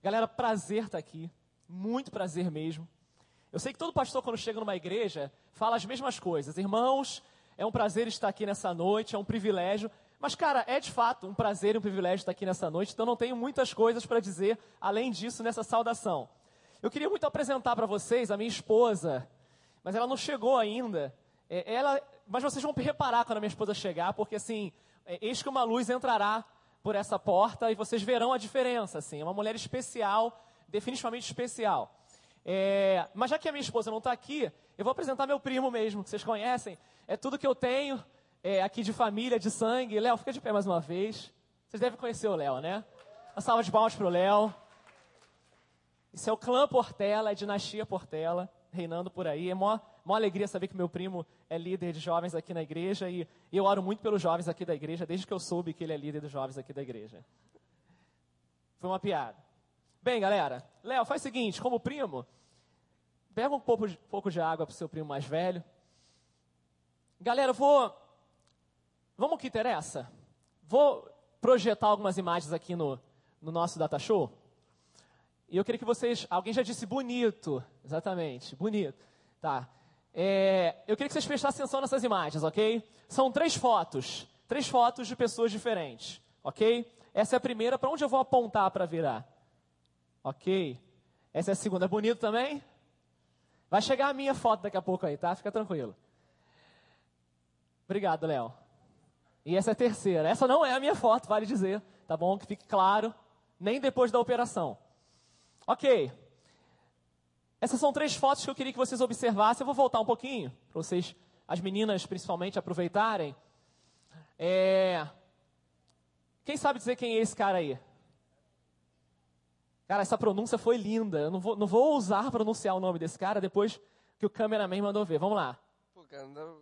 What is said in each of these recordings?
Galera, prazer estar aqui. Muito prazer mesmo. Eu sei que todo pastor, quando chega numa igreja, fala as mesmas coisas. Irmãos, é um prazer estar aqui nessa noite, é um privilégio. Mas, cara, é de fato um prazer e um privilégio estar aqui nessa noite. Então, não tenho muitas coisas para dizer, além disso, nessa saudação. Eu queria muito apresentar para vocês a minha esposa, mas ela não chegou ainda. Mas vocês vão reparar quando a minha esposa chegar, porque, assim, eis que uma luz entrará por essa porta e vocês verão a diferença, assim. É uma mulher especial, definitivamente especial. Mas já que a minha esposa não está aqui, eu vou apresentar meu primo mesmo, que vocês conhecem. É tudo que eu tenho aqui de família, de sangue. Léo, fica de pé mais uma vez. Vocês devem conhecer o Léo, né? Uma salva de palmas para o Léo. Isso é o clã Portela, é a dinastia Portela, reinando por aí. É mó alegria saber que meu primo é líder de jovens aqui na igreja e eu oro muito pelos jovens aqui da igreja, desde que eu soube que ele é líder dos jovens aqui da igreja. Foi uma piada. Bem, galera, Léo, faz o seguinte, como primo, pega um pouco de água para o seu primo mais velho. Galera, vamos ao que interessa? Vou projetar algumas imagens aqui no nosso data show. E eu queria que vocês... Alguém já disse bonito. Exatamente, bonito. Tá. Eu queria que vocês prestassem atenção nessas imagens, ok? São 3 fotos. 3 fotos de pessoas diferentes, ok? Essa é a primeira. Para onde eu vou apontar para virar? Ok. Essa é a segunda. É bonito também? Vai chegar a minha foto daqui a pouco aí, tá? Fica tranquilo. Obrigado, Léo. E essa é a terceira. Essa não é a minha foto, vale dizer. Tá bom? Que fique claro. Nem depois da operação. Ok. Essas são 3 fotos que eu queria que vocês observassem. Eu vou voltar um pouquinho, para vocês, as meninas principalmente, aproveitarem. Quem sabe dizer quem é esse cara aí? Cara, essa pronúncia foi linda. Eu não vou ousar pronunciar o nome desse cara depois que o cameraman mandou ver. Vamos lá. Pô, cara, não...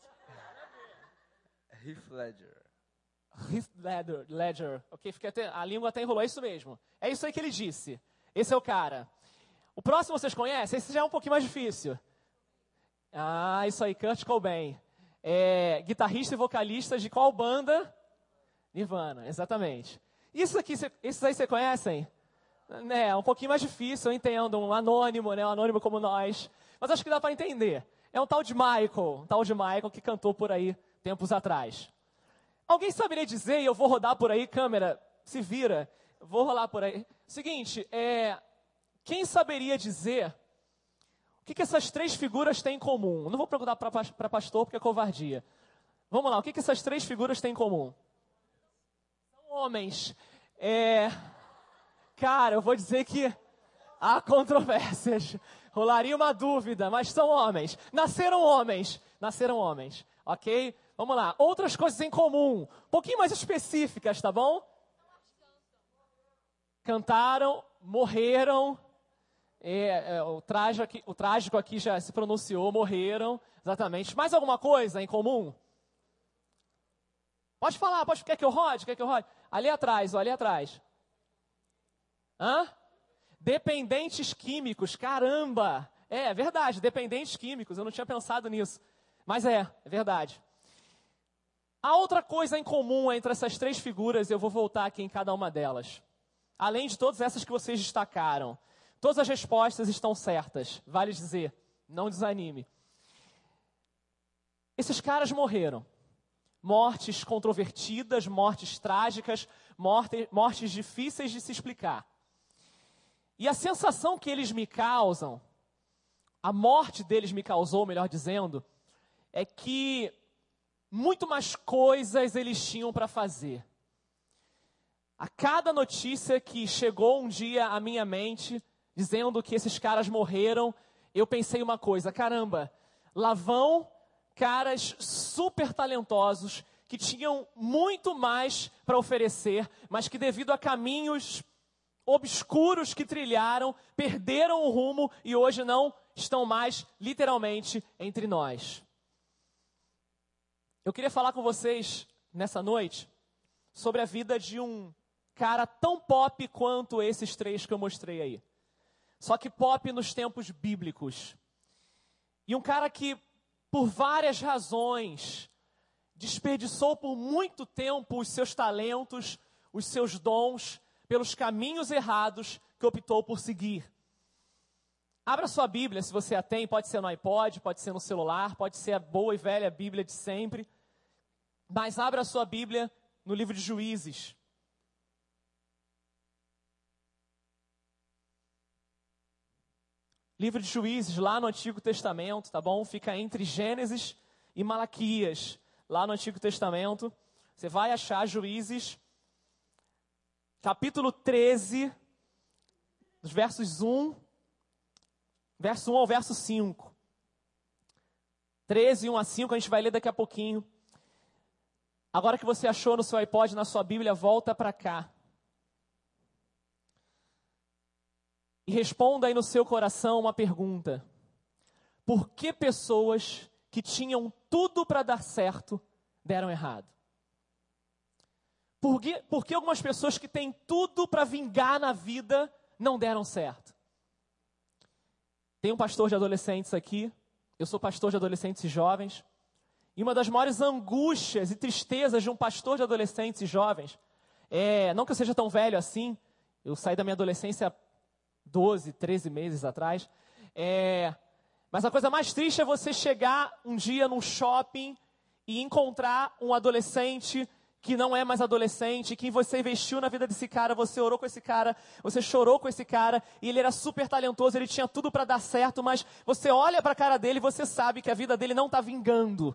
Heath Ledger. Heath Ledger. Ok, a língua até enrolou. É isso mesmo. É isso aí que ele disse. Esse é o cara. O próximo vocês conhecem? Esse já é um pouquinho mais difícil. Ah, isso aí, Kurt Cobain. Guitarrista e vocalista de qual banda? Nirvana, exatamente. Esses aí vocês conhecem? É um pouquinho mais difícil, eu entendo. Um anônimo, né? Um anônimo como nós. Mas acho que dá para entender. É um tal de Michael que cantou por aí tempos atrás. Alguém saberia dizer, e eu vou rodar por aí, câmera, se vira, vou rolar por aí. Seguinte, quem saberia dizer o que essas 3 figuras têm em comum? Não vou perguntar para pastor porque é covardia. Vamos lá, o que essas 3 figuras têm em comum? São homens. Cara, eu vou dizer que há controvérsias. Rolaria uma dúvida, mas são homens. Nasceram homens, ok? Vamos lá, outras coisas em comum, um pouquinho mais específicas, tá bom? Cantaram, morreram, o trágico aqui já se pronunciou, morreram, exatamente. Mais alguma coisa em comum? Pode falar, quer que eu rode? Ali atrás, ali atrás. Dependentes químicos, caramba! É verdade, dependentes químicos, eu não tinha pensado nisso. Mas é verdade. Há outra coisa em comum entre essas 3 figuras, eu vou voltar aqui em cada uma delas. Além de todas essas que vocês destacaram. Todas as respostas estão certas, vale dizer, não desanime. Esses caras morreram. Mortes controvertidas, mortes trágicas, mortes difíceis de se explicar. E a sensação que eles me causam, a morte deles me causou, melhor dizendo, é que muito mais coisas eles tinham para fazer. A cada notícia que chegou um dia à minha mente, dizendo que esses caras morreram, eu pensei uma coisa, caramba, lá vão caras super talentosos, que tinham muito mais para oferecer, mas que devido a caminhos obscuros que trilharam, perderam o rumo e hoje não estão mais, literalmente, entre nós. Eu queria falar com vocês, nessa noite, sobre a vida de um cara tão pop quanto esses 3 que eu mostrei aí. Só que pop nos tempos bíblicos. E um cara que, por várias razões, desperdiçou por muito tempo os seus talentos, os seus dons, pelos caminhos errados que optou por seguir. Abra sua Bíblia, se você a tem, pode ser no iPod, pode ser no celular, pode ser a boa e velha Bíblia de sempre. Mas abra sua Bíblia no livro de Juízes. Livro de Juízes, lá no Antigo Testamento, tá bom? Fica entre Gênesis e Malaquias, lá no Antigo Testamento. Você vai achar Juízes, capítulo 13, dos verso 1 ao verso 5. 13, 1 a 5, a gente vai ler daqui a pouquinho. Agora que você achou no seu iPod, na sua Bíblia, volta para cá. E responda aí no seu coração uma pergunta. Por que pessoas que tinham tudo para dar certo, deram errado? Por que algumas pessoas que têm tudo para vingar na vida, não deram certo? Tem um pastor de adolescentes aqui, eu sou pastor de adolescentes e jovens, e uma das maiores angústias e tristezas de um pastor de adolescentes e jovens, não que eu seja tão velho assim, eu saí da minha adolescência 12, 13 meses atrás, mas a coisa mais triste é você chegar um dia num shopping e encontrar um adolescente que não é mais adolescente, que você investiu na vida desse cara, você orou com esse cara, você chorou com esse cara, e ele era super talentoso, ele tinha tudo para dar certo, mas você olha para a cara dele e você sabe que a vida dele não está vingando.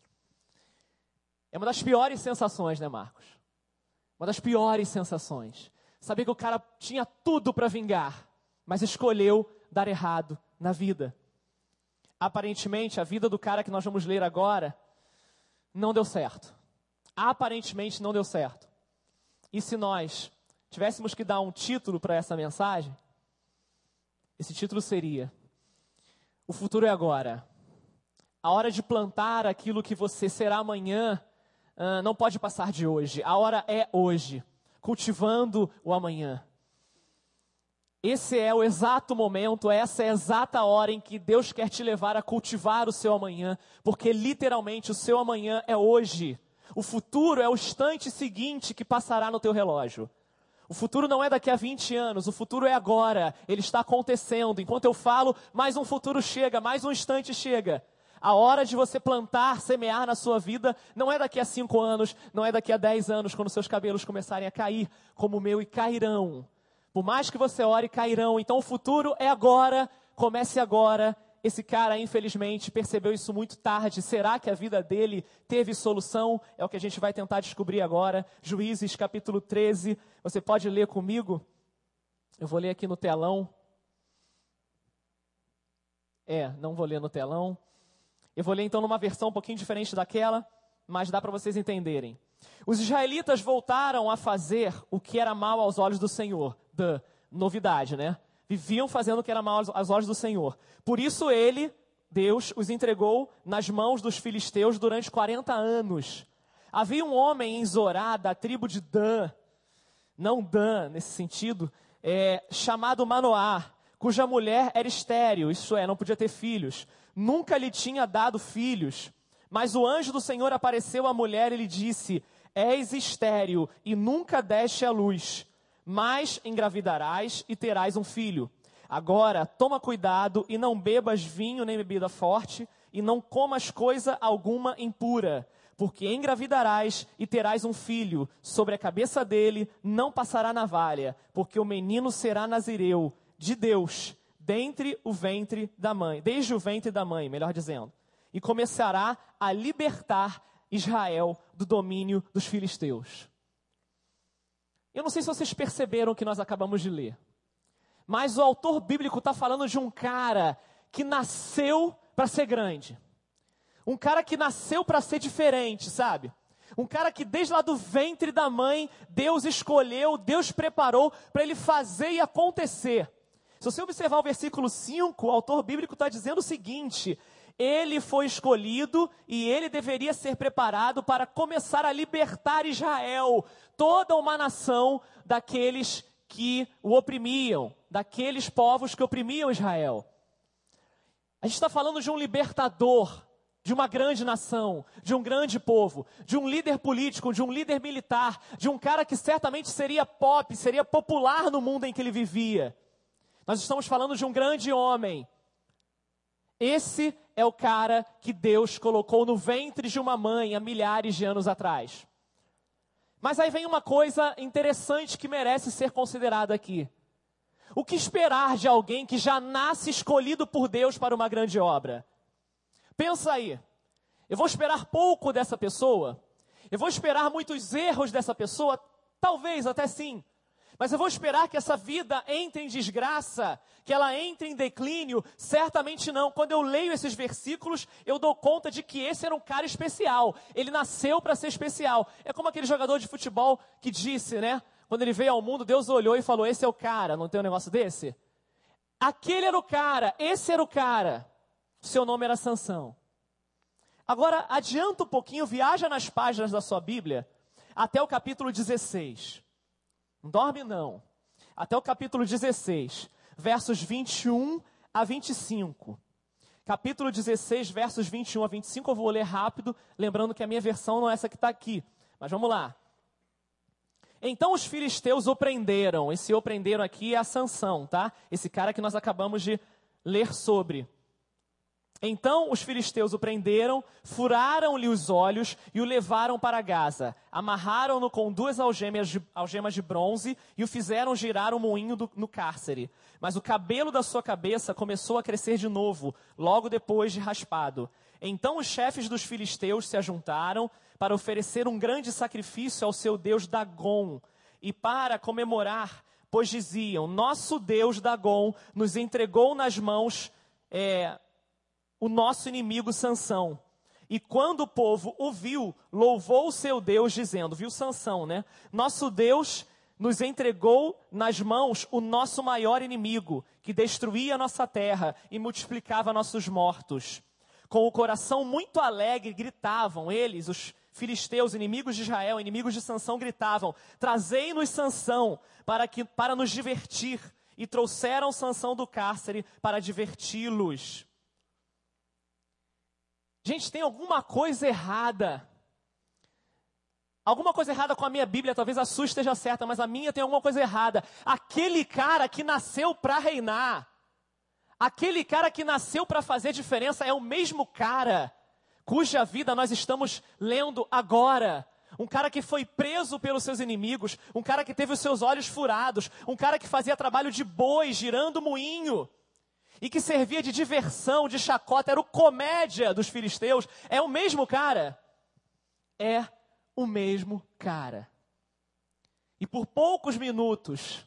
É uma das piores sensações, né, Marcos? Uma das piores sensações. Saber que o cara tinha tudo para vingar, mas escolheu dar errado na vida. Aparentemente, a vida do cara que nós vamos ler agora não deu certo. Aparentemente não deu certo. E se nós tivéssemos que dar um título para essa mensagem, esse título seria: o futuro é agora. A hora de plantar aquilo que você será amanhã não pode passar de hoje. A hora é hoje, cultivando o amanhã. Esse é o exato momento, essa é a exata hora em que Deus quer te levar a cultivar o seu amanhã, porque literalmente o seu amanhã é hoje. O futuro é o instante seguinte que passará no teu relógio. O futuro não é daqui a 20 anos, o futuro é agora, ele está acontecendo. Enquanto eu falo, mais um futuro chega, mais um instante chega. A hora de você plantar, semear na sua vida, não é daqui a 5 anos, não é daqui a 10 anos, quando seus cabelos começarem a cair, como o meu, e cairão. Por mais que você ore, cairão. Então o futuro é agora, comece agora. Esse cara, infelizmente, percebeu isso muito tarde. Será que a vida dele teve solução? É o que a gente vai tentar descobrir agora. Juízes, capítulo 13. Você pode ler comigo? Eu vou ler aqui no telão. Não vou ler no telão. Eu vou ler então numa versão um pouquinho diferente daquela, mas dá para vocês entenderem. Os israelitas voltaram a fazer o que era mal aos olhos do Senhor. Novidade, né? Viviam fazendo o que era mal aos olhos do Senhor. Por isso ele, Deus, os entregou nas mãos dos filisteus durante 40 anos. Havia um homem em Zorá, da tribo de Dan, não Dan nesse sentido, chamado Manoá, cuja mulher era estéril, isso é, não podia ter filhos. Nunca lhe tinha dado filhos. Mas o anjo do Senhor apareceu à mulher e lhe disse: és estéril e nunca deste à luz, mas engravidarás e terás um filho. Agora, toma cuidado e não bebas vinho nem bebida forte, e não comas coisa alguma impura, porque engravidarás e terás um filho. Sobre a cabeça dele não passará navalha, porque o menino será nazireu de Deus, desde o ventre da mãe, melhor dizendo. E começará a libertar Israel do domínio dos filisteus. Eu não sei se vocês perceberam o que nós acabamos de ler, mas o autor bíblico está falando de um cara que nasceu para ser grande. Um cara que nasceu para ser diferente, sabe? Um cara que desde lá do ventre da mãe, Deus escolheu, Deus preparou para ele fazer e acontecer. Se você observar o versículo 5, o autor bíblico está dizendo o seguinte: ele foi escolhido e ele deveria ser preparado para começar a libertar Israel, toda uma nação daqueles que o oprimiam, daqueles povos que oprimiam Israel. A gente está falando de um libertador de uma grande nação, de um grande povo, de um líder político, de um líder militar, de um cara que certamente seria pop, seria popular no mundo em que ele vivia. Nós estamos falando de um grande homem. Esse é o cara que Deus colocou no ventre de uma mãe há milhares de anos atrás. Mas aí vem uma coisa interessante que merece ser considerada aqui. O que esperar de alguém que já nasce escolhido por Deus para uma grande obra? Pensa aí, eu vou esperar pouco dessa pessoa? Eu vou esperar muitos erros dessa pessoa? Talvez, até sim. Mas eu vou esperar que essa vida entre em desgraça, que ela entre em declínio? Certamente não. Quando eu leio esses versículos, eu dou conta de que esse era um cara especial. Ele nasceu para ser especial. É como aquele jogador de futebol que disse, né? Quando ele veio ao mundo, Deus olhou e falou, esse é o cara. Não tem um negócio desse? Aquele era o cara, esse era o cara. Seu nome era Sansão. Agora, adianta um pouquinho, viaja nas páginas da sua Bíblia, até o capítulo 16. Não dorme não. Até o capítulo 16, versos 21 a 25. Capítulo 16, versos 21 a 25, eu vou ler rápido, lembrando que a minha versão não é essa que está aqui. Mas vamos lá. Então os filisteus o prenderam. Esse o prenderam aqui é a Sansão, tá? Esse cara que nós acabamos de ler sobre. Então os filisteus o prenderam, furaram-lhe os olhos e o levaram para Gaza. Amarraram-no com 2 algemas de bronze e o fizeram girar um moinho no cárcere. Mas o cabelo da sua cabeça começou a crescer de novo, logo depois de raspado. Então os chefes dos filisteus se ajuntaram para oferecer um grande sacrifício ao seu deus Dagom e para comemorar, pois diziam, nosso deus Dagom nos entregou nas mãos o nosso inimigo Sansão. E quando o povo o viu, louvou o seu Deus, dizendo, viu Sansão, né? Nosso Deus nos entregou nas mãos o nosso maior inimigo, que destruía a nossa terra e multiplicava nossos mortos. Com o coração muito alegre, gritavam eles, os filisteus, inimigos de Israel, inimigos de Sansão, gritavam, trazei-nos Sansão para nos divertir. E trouxeram Sansão do cárcere para diverti-los. Gente, tem alguma coisa errada. Alguma coisa errada com a minha Bíblia, talvez a sua esteja certa, mas a minha tem alguma coisa errada. Aquele cara que nasceu para reinar, aquele cara que nasceu para fazer diferença é o mesmo cara cuja vida nós estamos lendo agora. Um cara que foi preso pelos seus inimigos, um cara que teve os seus olhos furados, um cara que fazia trabalho de boi, girando moinho. E que servia de diversão, de chacota, era o comédia dos filisteus. É o mesmo cara? É o mesmo cara. E por poucos minutos,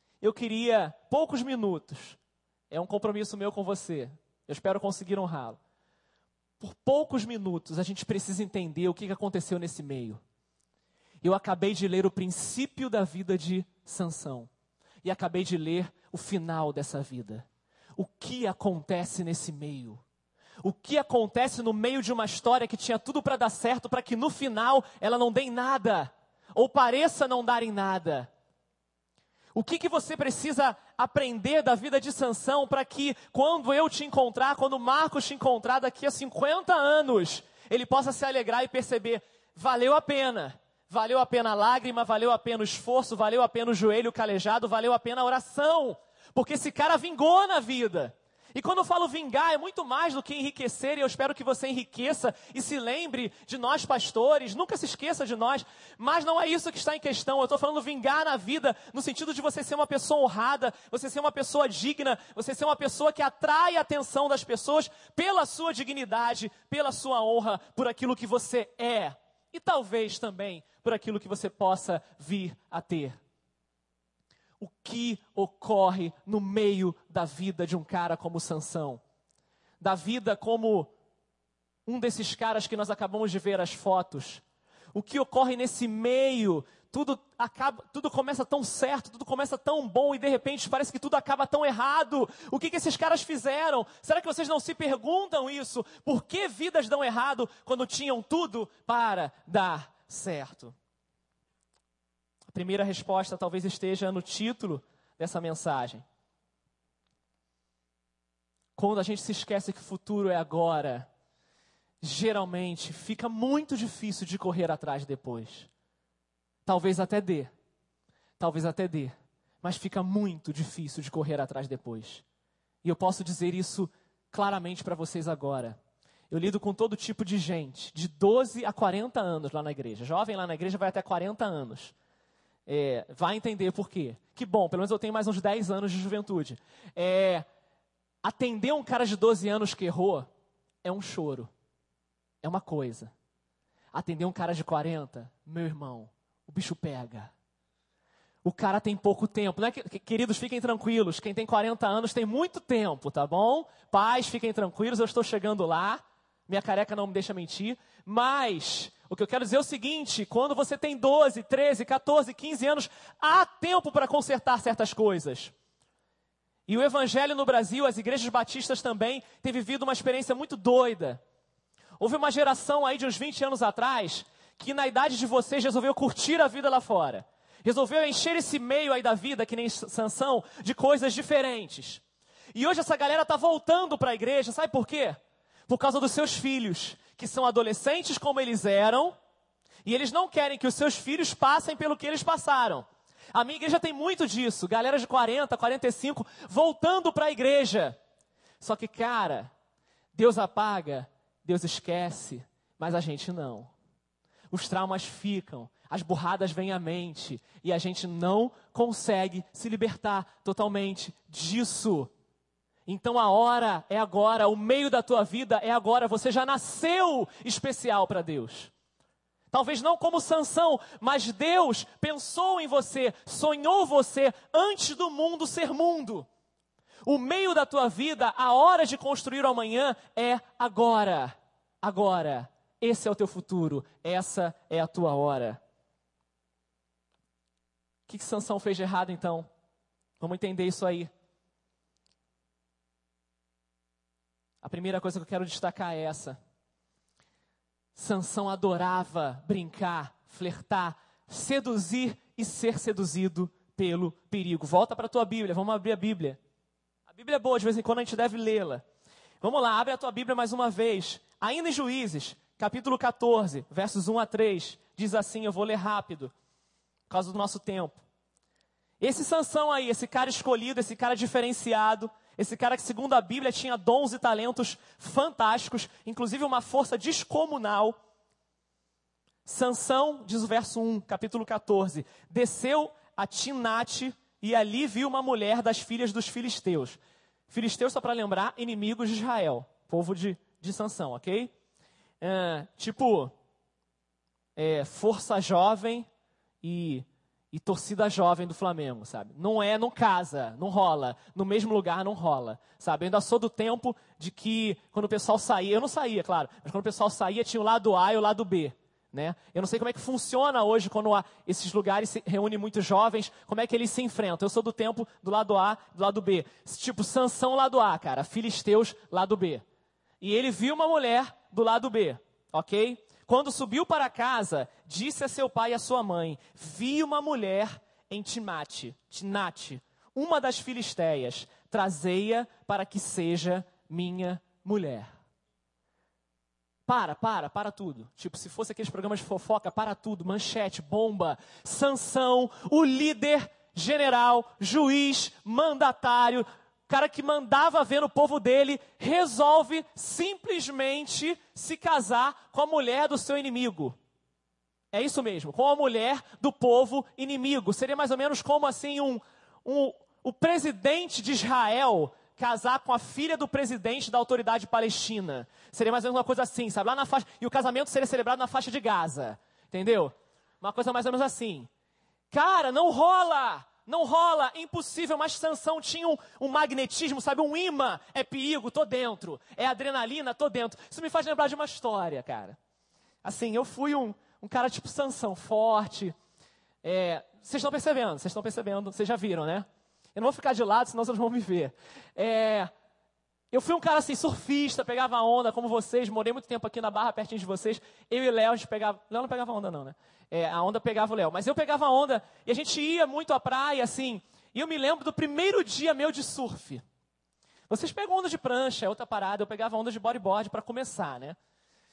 é um compromisso meu com você, eu espero conseguir honrá-lo. Por poucos minutos, a gente precisa entender o que aconteceu nesse meio. Eu acabei de ler o princípio da vida de Sansão. E acabei de ler o final dessa vida. O que acontece nesse meio? O que acontece no meio de uma história que tinha tudo para dar certo, para que no final ela não dê em nada, ou pareça não dar em nada? O que você precisa aprender da vida de Sansão para que quando eu te encontrar, quando o Marcos te encontrar daqui a 50 anos, ele possa se alegrar e perceber, valeu a pena. Valeu a pena a lágrima, valeu a pena o esforço, valeu a pena o joelho calejado, valeu a pena a oração. Porque esse cara vingou na vida. E quando eu falo vingar, é muito mais do que enriquecer, e eu espero que você enriqueça e se lembre de nós pastores, nunca se esqueça de nós, mas não é isso que está em questão. Eu estou falando vingar na vida, no sentido de você ser uma pessoa honrada, você ser uma pessoa digna, você ser uma pessoa que atrai a atenção das pessoas pela sua dignidade, pela sua honra, por aquilo que você é. E talvez também por aquilo que você possa vir a ter. O que ocorre no meio da vida de um cara como Sansão? Da vida como um desses caras que nós acabamos de ver as fotos. O que ocorre nesse meio? Tudo começa tão certo, tudo começa tão bom e de repente parece que tudo acaba tão errado. O que esses caras fizeram? Será que vocês não se perguntam isso? Por que vidas dão errado quando tinham tudo para dar certo? A primeira resposta talvez esteja no título dessa mensagem. Quando a gente se esquece que o futuro é agora, geralmente fica muito difícil de correr atrás depois. Talvez até dê, mas fica muito difícil de correr atrás depois. E eu posso dizer isso claramente para vocês agora. Eu lido com todo tipo de gente, de 12 a 40 anos lá na igreja. Jovem lá na igreja vai até 40 anos. Vai entender por quê. Que bom, pelo menos eu tenho mais uns 10 anos de juventude. Atender um cara de 12 anos que errou é um choro. É uma coisa. Atender um cara de 40, meu irmão, o bicho pega. O cara tem pouco tempo. Não é queridos, fiquem tranquilos. Quem tem 40 anos tem muito tempo, tá bom? Pais, fiquem tranquilos, eu estou chegando lá. Minha careca não me deixa mentir. Mas o que eu quero dizer é o seguinte: quando você tem 12, 13, 14, 15 anos, há tempo para consertar certas coisas. E o evangelho no Brasil, as igrejas batistas também, têm vivido uma experiência muito doida. Houve uma geração aí de uns 20 anos atrás, que na idade de vocês resolveu curtir a vida lá fora. Resolveu encher esse meio aí da vida, que nem Sansão, de coisas diferentes. E hoje essa galera está voltando para a igreja, sabe por quê? Por causa dos seus filhos, que são adolescentes como eles eram, e eles não querem que os seus filhos passem pelo que eles passaram. A minha igreja tem muito disso, galera de 40, 45, voltando para a igreja. Só que, cara, Deus apaga, Deus esquece, mas a gente não. Os traumas ficam, as burradas vêm à mente, e a gente não consegue se libertar totalmente disso. Então a hora é agora, o meio da tua vida é agora, você já nasceu especial para Deus. Talvez não como Sansão, mas Deus pensou em você, sonhou você antes do mundo ser mundo. O meio da tua vida, a hora de construir o amanhã é agora. Agora, esse é o teu futuro, essa é a tua hora. O que Sansão fez de errado então? Vamos entender isso aí. A primeira coisa que eu quero destacar é essa. Sansão adorava brincar, flertar, seduzir e ser seduzido pelo perigo. Volta para a tua Bíblia, vamos abrir a Bíblia. A Bíblia é boa, de vez em quando a gente deve lê-la. Vamos lá, abre a tua Bíblia mais uma vez. Ainda em Juízes, capítulo 14, versos 1 a 3, diz assim, eu vou ler rápido, por causa do nosso tempo. Esse Sansão aí, esse cara escolhido, esse cara diferenciado, esse cara que, segundo a Bíblia, tinha dons e talentos fantásticos, inclusive uma força descomunal. Sansão, diz o verso 1, capítulo 14, desceu a Timnate e ali viu uma mulher das filhas dos filisteus. Filisteus, só para lembrar, inimigos de Israel, povo de Sansão, ok? Força jovem e torcida jovem do Flamengo, sabe? Não casa, não rola. No mesmo lugar não rola, sabe? Eu ainda sou do tempo de que quando o pessoal saía, eu não saía, claro, mas quando o pessoal saía tinha o lado A e o lado B, né? Eu não sei como é que funciona hoje quando esses lugares se reúnem muitos jovens, como é que eles se enfrentam. Eu sou do tempo do lado A e do lado B. Tipo, Sansão lado A, cara, Filisteus lado B. E ele viu uma mulher do lado B, ok? Quando subiu para casa, disse a seu pai e a sua mãe, vi uma mulher em Timnate, uma das filisteias, trazei-a para que seja minha mulher. Para tudo. Tipo, se fosse aqueles programas de fofoca, para tudo, manchete, bomba. Sansão, o líder general, juiz, mandatário, cara que mandava ver no povo dele, resolve simplesmente se casar com a mulher do seu inimigo. É isso mesmo, com a mulher do povo inimigo. Seria mais ou menos como assim o presidente de Israel casar com a filha do presidente da autoridade palestina. Seria mais ou menos uma coisa assim, sabe? Lá na faixa, e o casamento seria celebrado na faixa de Gaza, entendeu? Uma coisa mais ou menos assim. Cara, não rola, impossível, mas Sansão tinha um magnetismo, sabe, um imã, é perigo, tô dentro, é adrenalina, tô dentro. Isso me faz lembrar de uma história, cara. Assim, eu fui um cara tipo Sansão, forte, vocês estão percebendo, vocês já viram, né? Eu não vou ficar de lado, senão vocês não vão me ver. Eu fui um cara assim, surfista, pegava onda como vocês, morei muito tempo aqui na Barra, pertinho de vocês. Eu e o Léo, a gente pegava... Léo não pegava onda não, né? A onda pegava o Léo. Mas eu pegava onda e a gente ia muito à praia, assim. E eu me lembro do primeiro dia meu de surf. Vocês pegam onda de prancha, é outra parada. Eu pegava onda de bodyboard para começar, né?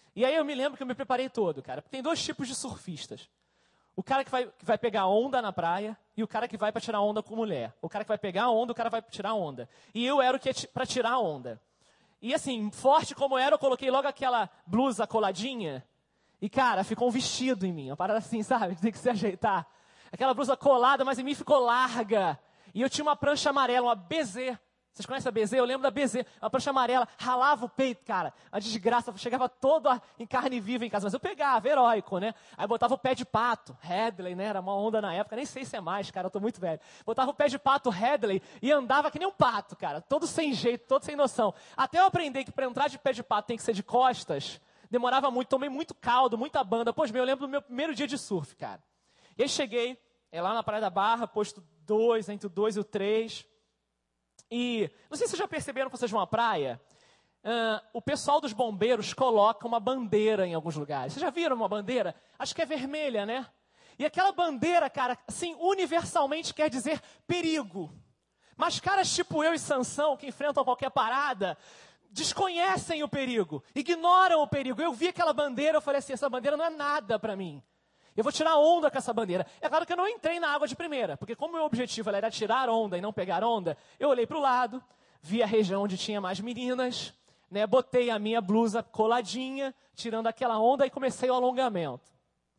E aí eu me lembro que eu me preparei todo, cara. Tem 2 tipos de surfistas. O cara que vai pegar onda na praia e o cara que vai para tirar onda com mulher. O cara que vai pegar a onda, o cara vai tirar onda. E eu era o que para tirar a onda. E assim, forte como era, eu coloquei logo aquela blusa coladinha. E cara, ficou um vestido em mim. Uma parada assim, sabe? Tem que se ajeitar. Aquela blusa colada, mas em mim ficou larga. E eu tinha uma prancha amarela, uma BZ. Vocês conhecem a BZ? Eu lembro da BZ. Uma prancha amarela, ralava o peito, cara. A desgraça, chegava todo em carne viva em casa. Mas eu pegava, heróico, né? Aí botava o pé de pato, Headley, né? Era uma onda na época, nem sei se é mais, cara, eu tô muito velho. Botava o pé de pato, Headley, e andava que nem um pato, cara. Todo sem jeito, todo sem noção. Até eu aprender que para entrar de pé de pato tem que ser de costas, demorava muito, tomei muito caldo, muita banda. Pois bem, eu lembro do meu primeiro dia de surf, cara. E aí cheguei, lá na Praia da Barra, posto 2, entre o 2 e o 3... E não sei se vocês já perceberam quando vocês vão à praia, o pessoal dos bombeiros coloca uma bandeira em alguns lugares. Vocês já viram uma bandeira? Acho que é vermelha, né? E aquela bandeira, cara, assim, universalmente quer dizer perigo. Mas caras tipo eu e Sansão, que enfrentam qualquer parada, desconhecem o perigo, ignoram o perigo. Eu vi aquela bandeira, eu falei assim, essa bandeira não é nada para mim. Eu vou tirar onda com essa bandeira. É claro que eu não entrei na água de primeira, porque como o meu objetivo era tirar onda e não pegar onda, eu olhei para o lado, vi a região onde tinha mais meninas, né, botei a minha blusa coladinha, tirando aquela onda e comecei o alongamento.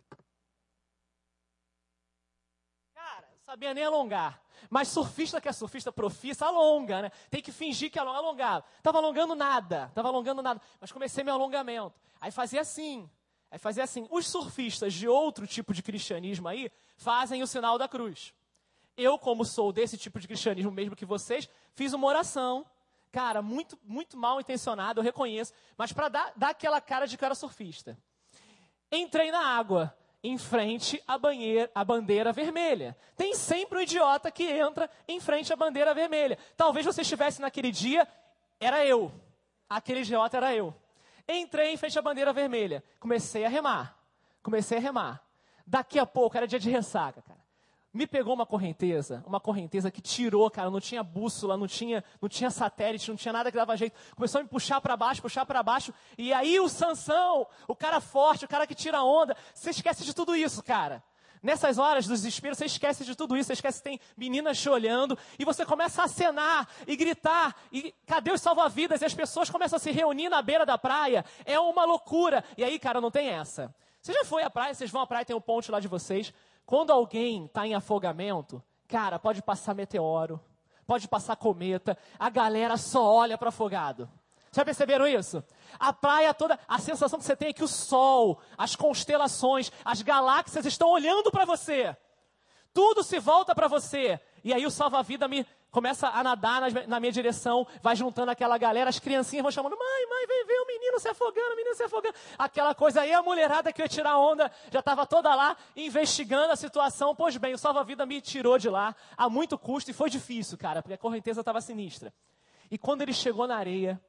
Cara, não sabia nem alongar. Mas surfista que é surfista profissa, alonga, né? Tem que fingir que alongar. Estava alongando nada, mas comecei meu alongamento. Aí fazia assim. Os surfistas de outro tipo de cristianismo aí fazem o sinal da cruz. Eu, como sou desse tipo de cristianismo mesmo que vocês, fiz uma oração, cara, muito, muito mal intencionada, eu reconheço, mas para dar aquela cara de que eu era surfista. Entrei na água, em frente à bandeira vermelha. Tem sempre um idiota que entra em frente à bandeira vermelha. Talvez você estivesse naquele dia, era eu. Aquele idiota era eu. Entrei em frente à bandeira vermelha. Comecei a remar. Daqui a pouco, era dia de ressaca, cara. Me pegou uma correnteza que tirou, cara, não tinha bússola, não tinha satélite, não tinha nada que dava jeito. Começou a me puxar para baixo. E aí o Sansão, o cara forte, o cara que tira onda, você esquece de tudo isso, cara. Nessas horas do desespero, você esquece de tudo isso, você esquece que tem meninas te olhando, e você começa a acenar e gritar, e cadê os salva-vidas? E as pessoas começam a se reunir na beira da praia, é uma loucura. E aí, cara, não tem essa. Você já foi à praia, vocês vão à praia, tem um ponte lá de vocês. Quando alguém está em afogamento, cara, pode passar meteoro, pode passar cometa, a galera só olha para o afogado. Já perceberam isso? A praia toda, a sensação que você tem é que o sol, as constelações, as galáxias estão olhando para você. Tudo se volta para você. E aí o salva-vida começa a nadar na minha direção, vai juntando aquela galera, as criancinhas vão chamando, mãe, vem ver o menino se afogando. Aquela coisa aí, a mulherada que ia tirar onda, já estava toda lá investigando a situação. Pois bem, o salva-vida me tirou de lá a muito custo e foi difícil, cara, porque a correnteza estava sinistra. E quando ele chegou na areia,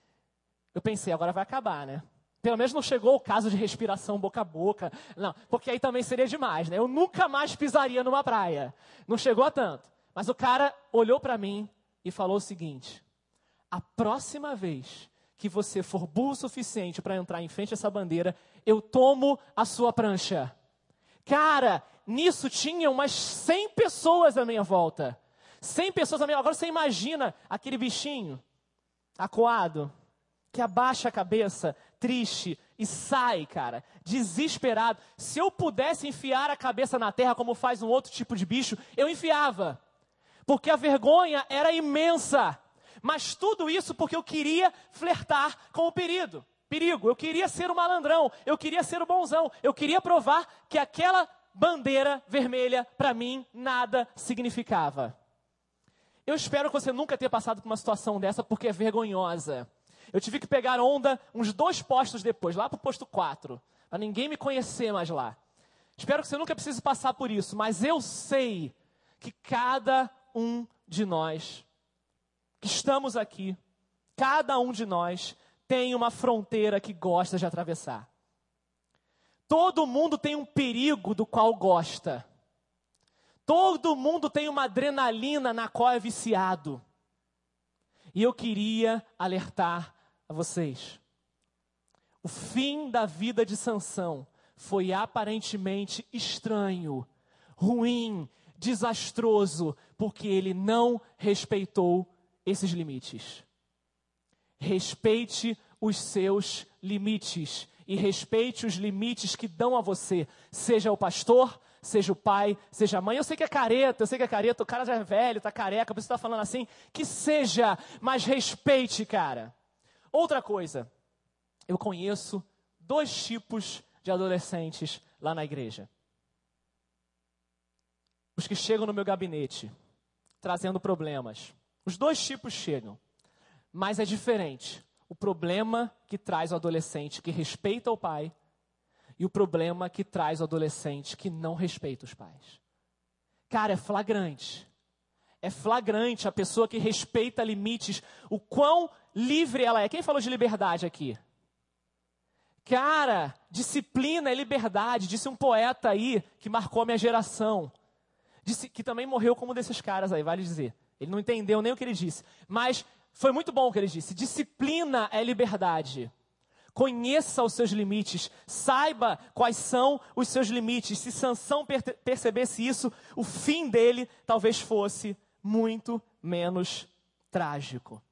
eu pensei, agora vai acabar, né? Pelo menos não chegou o caso de respiração boca a boca. Não, porque aí também seria demais, né? Eu nunca mais pisaria numa praia. Não chegou a tanto. Mas o cara olhou para mim e falou o seguinte: a próxima vez que você for burro o suficiente para entrar em frente a essa bandeira, eu tomo a sua prancha. Cara, nisso tinha umas 100 pessoas à minha volta. 100 pessoas à minha volta. Agora você imagina aquele bichinho acuado, que abaixa a cabeça, triste, e sai, cara, desesperado. Se eu pudesse enfiar a cabeça na terra como faz um outro tipo de bicho, eu enfiava. Porque a vergonha era imensa. Mas tudo isso porque eu queria flertar com o perigo. Eu queria ser o malandrão, eu queria ser o bonzão. Eu queria provar que aquela bandeira vermelha, para mim, nada significava. Eu espero que você nunca tenha passado por uma situação dessa, porque é vergonhosa. Eu tive que pegar onda uns 2 postos depois, lá para o posto 4, para ninguém me conhecer mais lá. Espero que você nunca precise passar por isso, mas eu sei que cada um de nós que estamos aqui, cada um de nós tem uma fronteira que gosta de atravessar. Todo mundo tem um perigo do qual gosta. Todo mundo tem uma adrenalina na qual é viciado. E eu queria alertar a vocês. O fim da vida de Sansão foi aparentemente estranho, ruim, desastroso, porque ele não respeitou esses limites. Respeite os seus limites e respeite os limites que dão a você, seja o pastor, seja o pai, seja a mãe. Eu sei que é careta, o cara já é velho, tá careca, por isso tá falando assim, que seja, mas respeite, cara. Outra coisa, eu conheço 2 tipos de adolescentes lá na igreja. Os que chegam no meu gabinete, trazendo problemas. Os 2 tipos chegam, mas é diferente. O problema que traz o adolescente que respeita o pai e o problema que traz o adolescente que não respeita os pais. Cara, é flagrante. É flagrante a pessoa que respeita limites, o quão livre ela é. Quem falou de liberdade aqui? Cara, disciplina é liberdade, disse um poeta aí que marcou a minha geração. Disse, que também morreu como um desses caras aí, vale dizer. Ele não entendeu nem o que ele disse, mas foi muito bom o que ele disse. Disciplina é liberdade. Conheça os seus limites, saiba quais são os seus limites. Se Sansão percebesse isso, o fim dele talvez fosse muito menos trágico.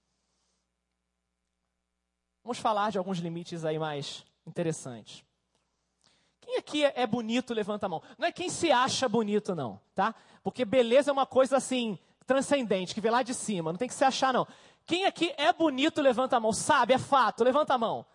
Vamos falar de alguns limites aí mais interessantes. Quem aqui é bonito, levanta a mão. Não é quem se acha bonito, não, tá? Porque beleza é uma coisa assim, transcendente, que vem lá de cima, não tem que se achar, não. Quem aqui é bonito, levanta a mão. Sabe, é fato, levanta a mão.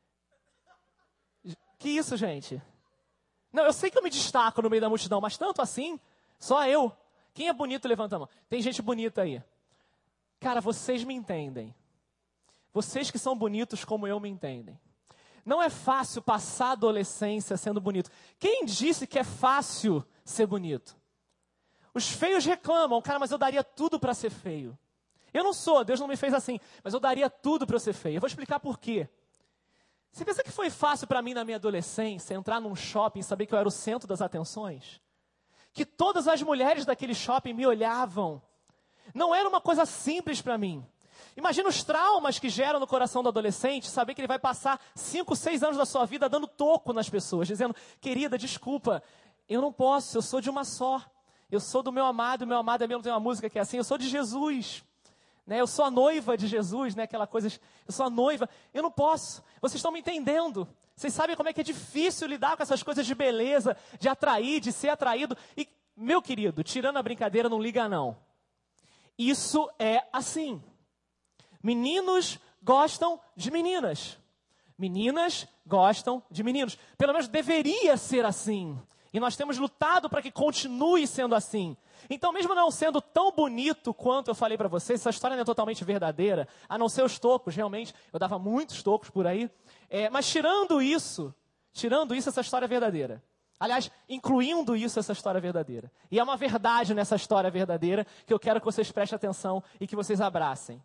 Que isso, gente? Não, eu sei que eu me destaco no meio da multidão, mas tanto assim, só eu. Quem é bonito, levanta a mão. Tem gente bonita aí. Cara, vocês me entendem. Vocês que são bonitos como eu me entendem. Não é fácil passar a adolescência sendo bonito. Quem disse que é fácil ser bonito? Os feios reclamam, cara, mas eu daria tudo para ser feio. Eu não sou, Deus não me fez assim, mas eu daria tudo para eu ser feio. Eu vou explicar por quê. Você pensa que foi fácil para mim na minha adolescência entrar num shopping e saber que eu era o centro das atenções? Que todas as mulheres daquele shopping me olhavam. Não era uma coisa simples para mim. Imagina os traumas que geram no coração do adolescente, saber que ele vai passar 5, 6 anos da sua vida dando toco nas pessoas, dizendo, querida, desculpa, eu não posso, eu sou de uma só. Eu sou do meu amado é meu, não tem uma música que é assim, eu sou de Jesus. Né? Eu sou a noiva de Jesus, né? Aquela coisa, eu sou a noiva, eu não posso. Vocês estão me entendendo. Vocês sabem como é que é difícil lidar com essas coisas de beleza, de atrair, de ser atraído. E, meu querido, tirando a brincadeira, não liga não. Isso é assim. Meninos gostam de meninas. Meninas gostam de meninos. Pelo menos deveria ser assim. E nós temos lutado para que continue sendo assim. Então, mesmo não sendo tão bonito quanto eu falei para vocês, essa história não é totalmente verdadeira, a não ser os tocos, realmente, eu dava muitos tocos por aí. Mas tirando isso, essa história é verdadeira. Aliás, incluindo isso, essa história é verdadeira. E é uma verdade nessa história verdadeira que eu quero que vocês prestem atenção e que vocês abracem.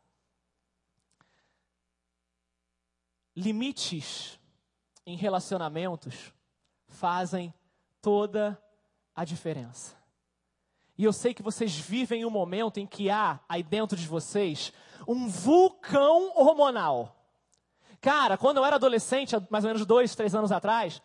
Limites em relacionamentos fazem toda a diferença. E eu sei que vocês vivem um momento em que há aí dentro de vocês um vulcão hormonal. Cara, quando eu era adolescente, há mais ou menos 2, 3 anos atrás,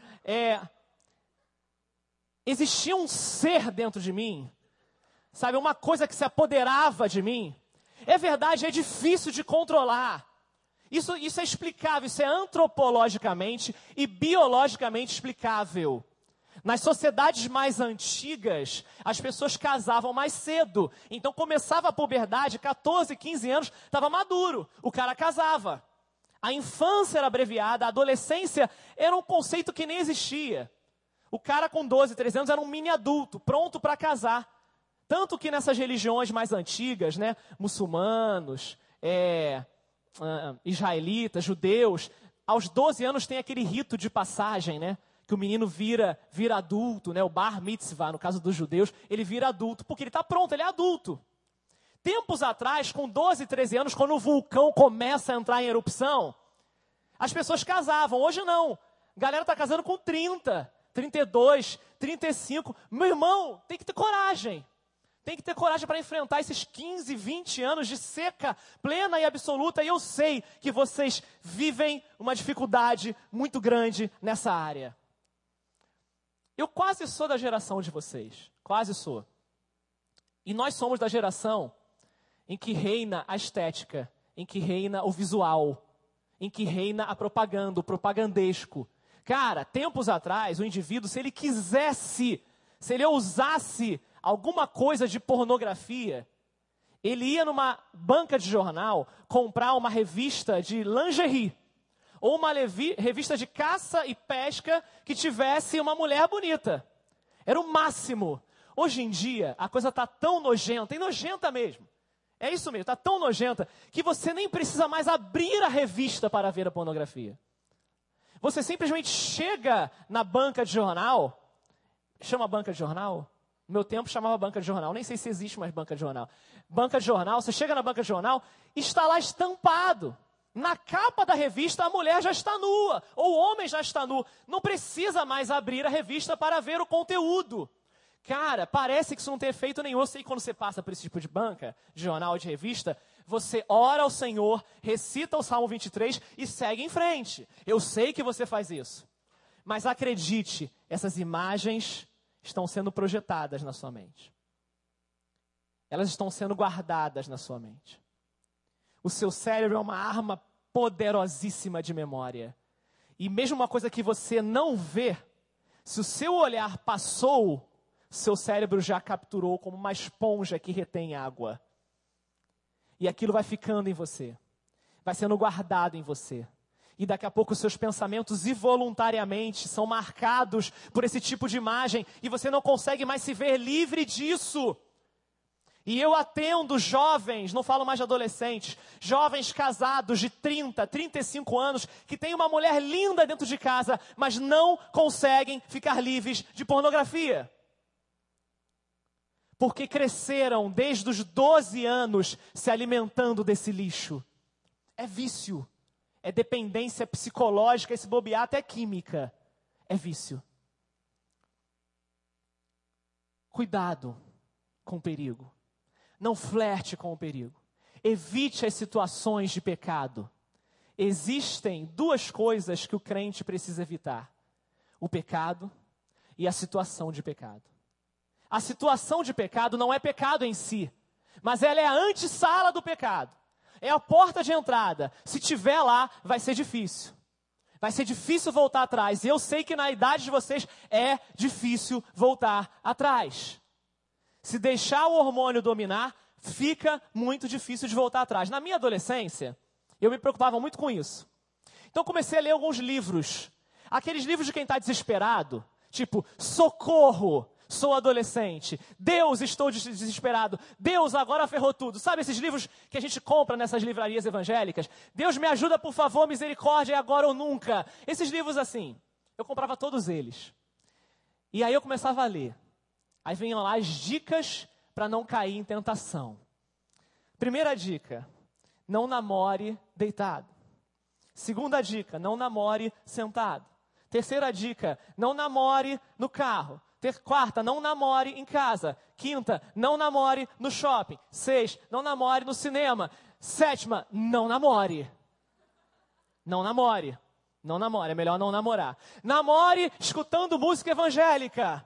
existia um ser dentro de mim, sabe, uma coisa que se apoderava de mim. É verdade, é difícil de controlar. Isso é explicável, isso é antropologicamente e biologicamente explicável. Nas sociedades mais antigas, as pessoas casavam mais cedo. Então começava a puberdade, 14, 15 anos, estava maduro, o cara casava. A infância era abreviada, a adolescência era um conceito que nem existia. O cara com 12, 13 anos era um mini adulto, pronto para casar. Tanto que nessas religiões mais antigas, né, muçulmanos, israelitas, judeus, aos 12 anos tem aquele rito de passagem, né? Que o menino vira adulto, né? O bar mitzvah, no caso dos judeus, ele vira adulto, porque ele está pronto, ele é adulto. Tempos atrás, com 12, 13 anos, quando o vulcão começa a entrar em erupção, as pessoas casavam. Hoje não. A galera está casando com 30, 32, 35. Meu irmão, tem que ter coragem. Tem que ter coragem para enfrentar esses 15, 20 anos de seca plena e absoluta. E eu sei que vocês vivem uma dificuldade muito grande nessa área. Eu quase sou da geração de vocês. Quase sou. E nós somos da geração em que reina a estética, em que reina o visual, em que reina a propaganda, o propagandesco. Cara, tempos atrás, o indivíduo, se ele quisesse, se ele ousasse alguma coisa de pornografia, ele ia numa banca de jornal comprar uma revista de lingerie, ou uma revista de caça e pesca que tivesse uma mulher bonita. Era o máximo. Hoje em dia, a coisa está tão nojenta, e nojenta mesmo. É isso mesmo, está tão nojenta, que você nem precisa mais abrir a revista para ver a pornografia. Você simplesmente chega na banca de jornal, chama banca de jornal? No meu tempo chamava banca de jornal, nem sei se existe mais banca de jornal. Banca de jornal, você chega na banca de jornal, está lá estampado. Na capa da revista a mulher já está nua, ou o homem já está nu. Não precisa mais abrir a revista para ver o conteúdo. Cara, parece que isso não tem efeito nenhum. Eu sei que quando você passa por esse tipo de banca, de jornal, de revista, você ora ao Senhor, recita o Salmo 23 e segue em frente. Eu sei que você faz isso. Mas acredite, essas imagens estão sendo projetadas na sua mente. Elas estão sendo guardadas na sua mente. O seu cérebro é uma arma poderosíssima de memória. E mesmo uma coisa que você não vê, se o seu olhar passou, seu cérebro já capturou como uma esponja que retém água. E aquilo vai ficando em você. Vai sendo guardado em você. E daqui a pouco os seus pensamentos involuntariamente são marcados por esse tipo de imagem. E você não consegue mais se ver livre disso. E eu atendo jovens, não falo mais de adolescentes, jovens casados de 30, 35 anos, que têm uma mulher linda dentro de casa, mas não conseguem ficar livres de pornografia. Porque cresceram desde os 12 anos se alimentando desse lixo. É vício, é dependência psicológica, esse bobear até química. É vício. Cuidado com o perigo. Não flerte com o perigo. Evite as situações de pecado. Existem duas coisas que o crente precisa evitar: o pecado e a situação de pecado. A situação de pecado não é pecado em si, mas ela é a antessala do pecado. É a porta de entrada. Se tiver lá, vai ser difícil. Vai ser difícil voltar atrás. E eu sei que na idade de vocês é difícil voltar atrás. Se deixar o hormônio dominar, fica muito difícil de voltar atrás. Na minha adolescência, eu me preocupava muito com isso. Então comecei a ler alguns livros. Aqueles livros de quem está desesperado, tipo, socorro, sou adolescente. Deus, estou desesperado. Deus, agora ferrou tudo. Sabe esses livros que a gente compra nessas livrarias evangélicas? Deus, me ajuda, por favor, misericórdia, é agora ou nunca. Esses livros assim, eu comprava todos eles. E aí eu começava a ler. Aí vinham lá as dicas para não cair em tentação. Primeira dica, não namore deitado. Segunda dica, não namore sentado. Terceira dica, não namore no carro. Quarta, não namore em casa. Quinta, não namore no shopping. Sexta, não namore no cinema. Sétima, não namore. Não namore. Não namore, é melhor não namorar. Namore escutando música evangélica.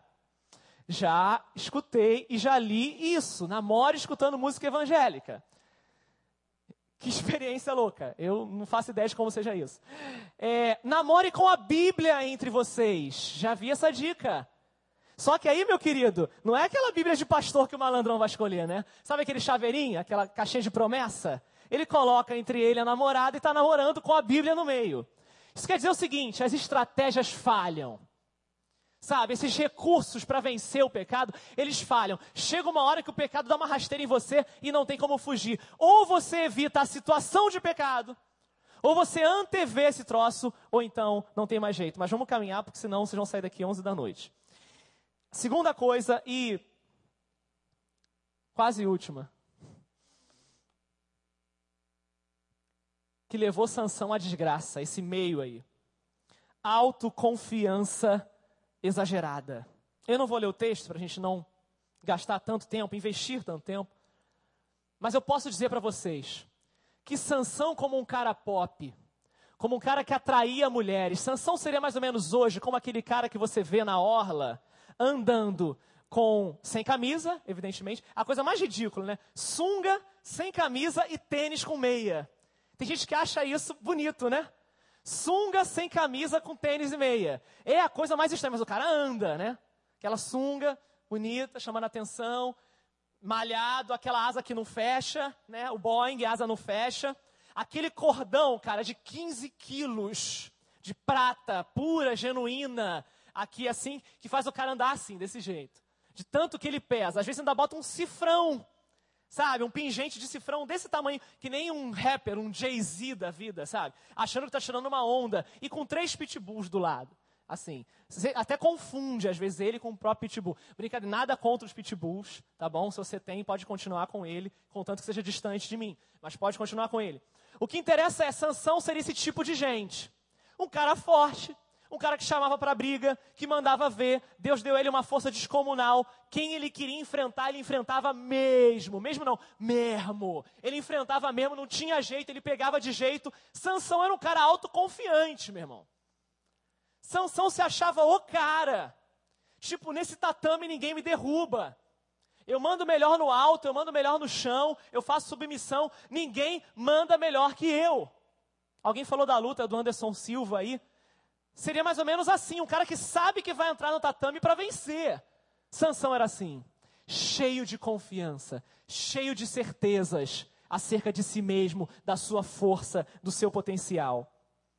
Já escutei e já li isso. Namore escutando música evangélica. Que experiência louca. Eu não faço ideia de como seja isso. Namore com a Bíblia entre vocês. Já vi essa dica. Só que aí, meu querido, não é aquela Bíblia de pastor que o malandrão vai escolher, né? Sabe aquele chaveirinho, aquela caixinha de promessa? Ele coloca entre ele e a namorada e está namorando com a Bíblia no meio. Isso quer dizer o seguinte, as estratégias falham. Sabe, esses recursos para vencer o pecado, eles falham. Chega uma hora que o pecado dá uma rasteira em você e não tem como fugir. Ou você evita a situação de pecado, ou você antevê esse troço, ou então não tem mais jeito. Mas vamos caminhar, porque senão vocês vão sair daqui 11 da noite. Segunda coisa e quase última, que levou Sansão à desgraça, esse meio aí. Autoconfiança exagerada. Eu não vou ler o texto para a gente não gastar tanto tempo, investir tanto tempo. Mas eu posso dizer para vocês que Sansão, como um cara pop, como um cara que atraía mulheres, Sansão seria mais ou menos hoje como aquele cara que você vê na orla, andando sem camisa, evidentemente, a coisa mais ridícula, né? Sunga, sem camisa e tênis com meia. Tem gente que acha isso bonito, né? Sunga sem camisa com tênis e meia. É a coisa mais estranha, mas o cara anda, né? Aquela sunga bonita, chamando a atenção, malhado, aquela asa que não fecha, né? O Boeing, a asa não fecha. Aquele cordão, cara, de 15 quilos de prata pura, genuína, aqui assim, que faz o cara andar assim, desse jeito. De tanto que ele pesa. Às vezes ainda bota um cifrão, sabe? Um pingente de cifrão desse tamanho, que nem um rapper, um Jay-Z da vida, sabe? Achando que tá tirando uma onda. E com 3 pitbulls do lado. Assim, você até confunde, às vezes, ele com o próprio pitbull. Brincadeira, nada contra os pitbulls, tá bom? Se você tem, pode continuar com ele, contanto que seja distante de mim. Mas pode continuar com ele. O que interessa é, Sansão seria esse tipo de gente. Um cara forte, um cara que chamava para briga, que mandava ver. Deus deu a ele uma força descomunal. Quem ele queria enfrentar, ele enfrentava mesmo. Mesmo não, mesmo. Ele enfrentava mesmo, não tinha jeito, ele pegava de jeito. Sansão era um cara autoconfiante, meu irmão. Sansão se achava o cara. Tipo, nesse tatame ninguém me derruba. Eu mando melhor no alto, eu mando melhor no chão, eu faço submissão. Ninguém manda melhor que eu. Alguém falou da luta do Anderson Silva aí. Seria mais ou menos assim, um cara que sabe que vai entrar no tatame para vencer. Sansão era assim, cheio de confiança, cheio de certezas acerca de si mesmo, da sua força, do seu potencial.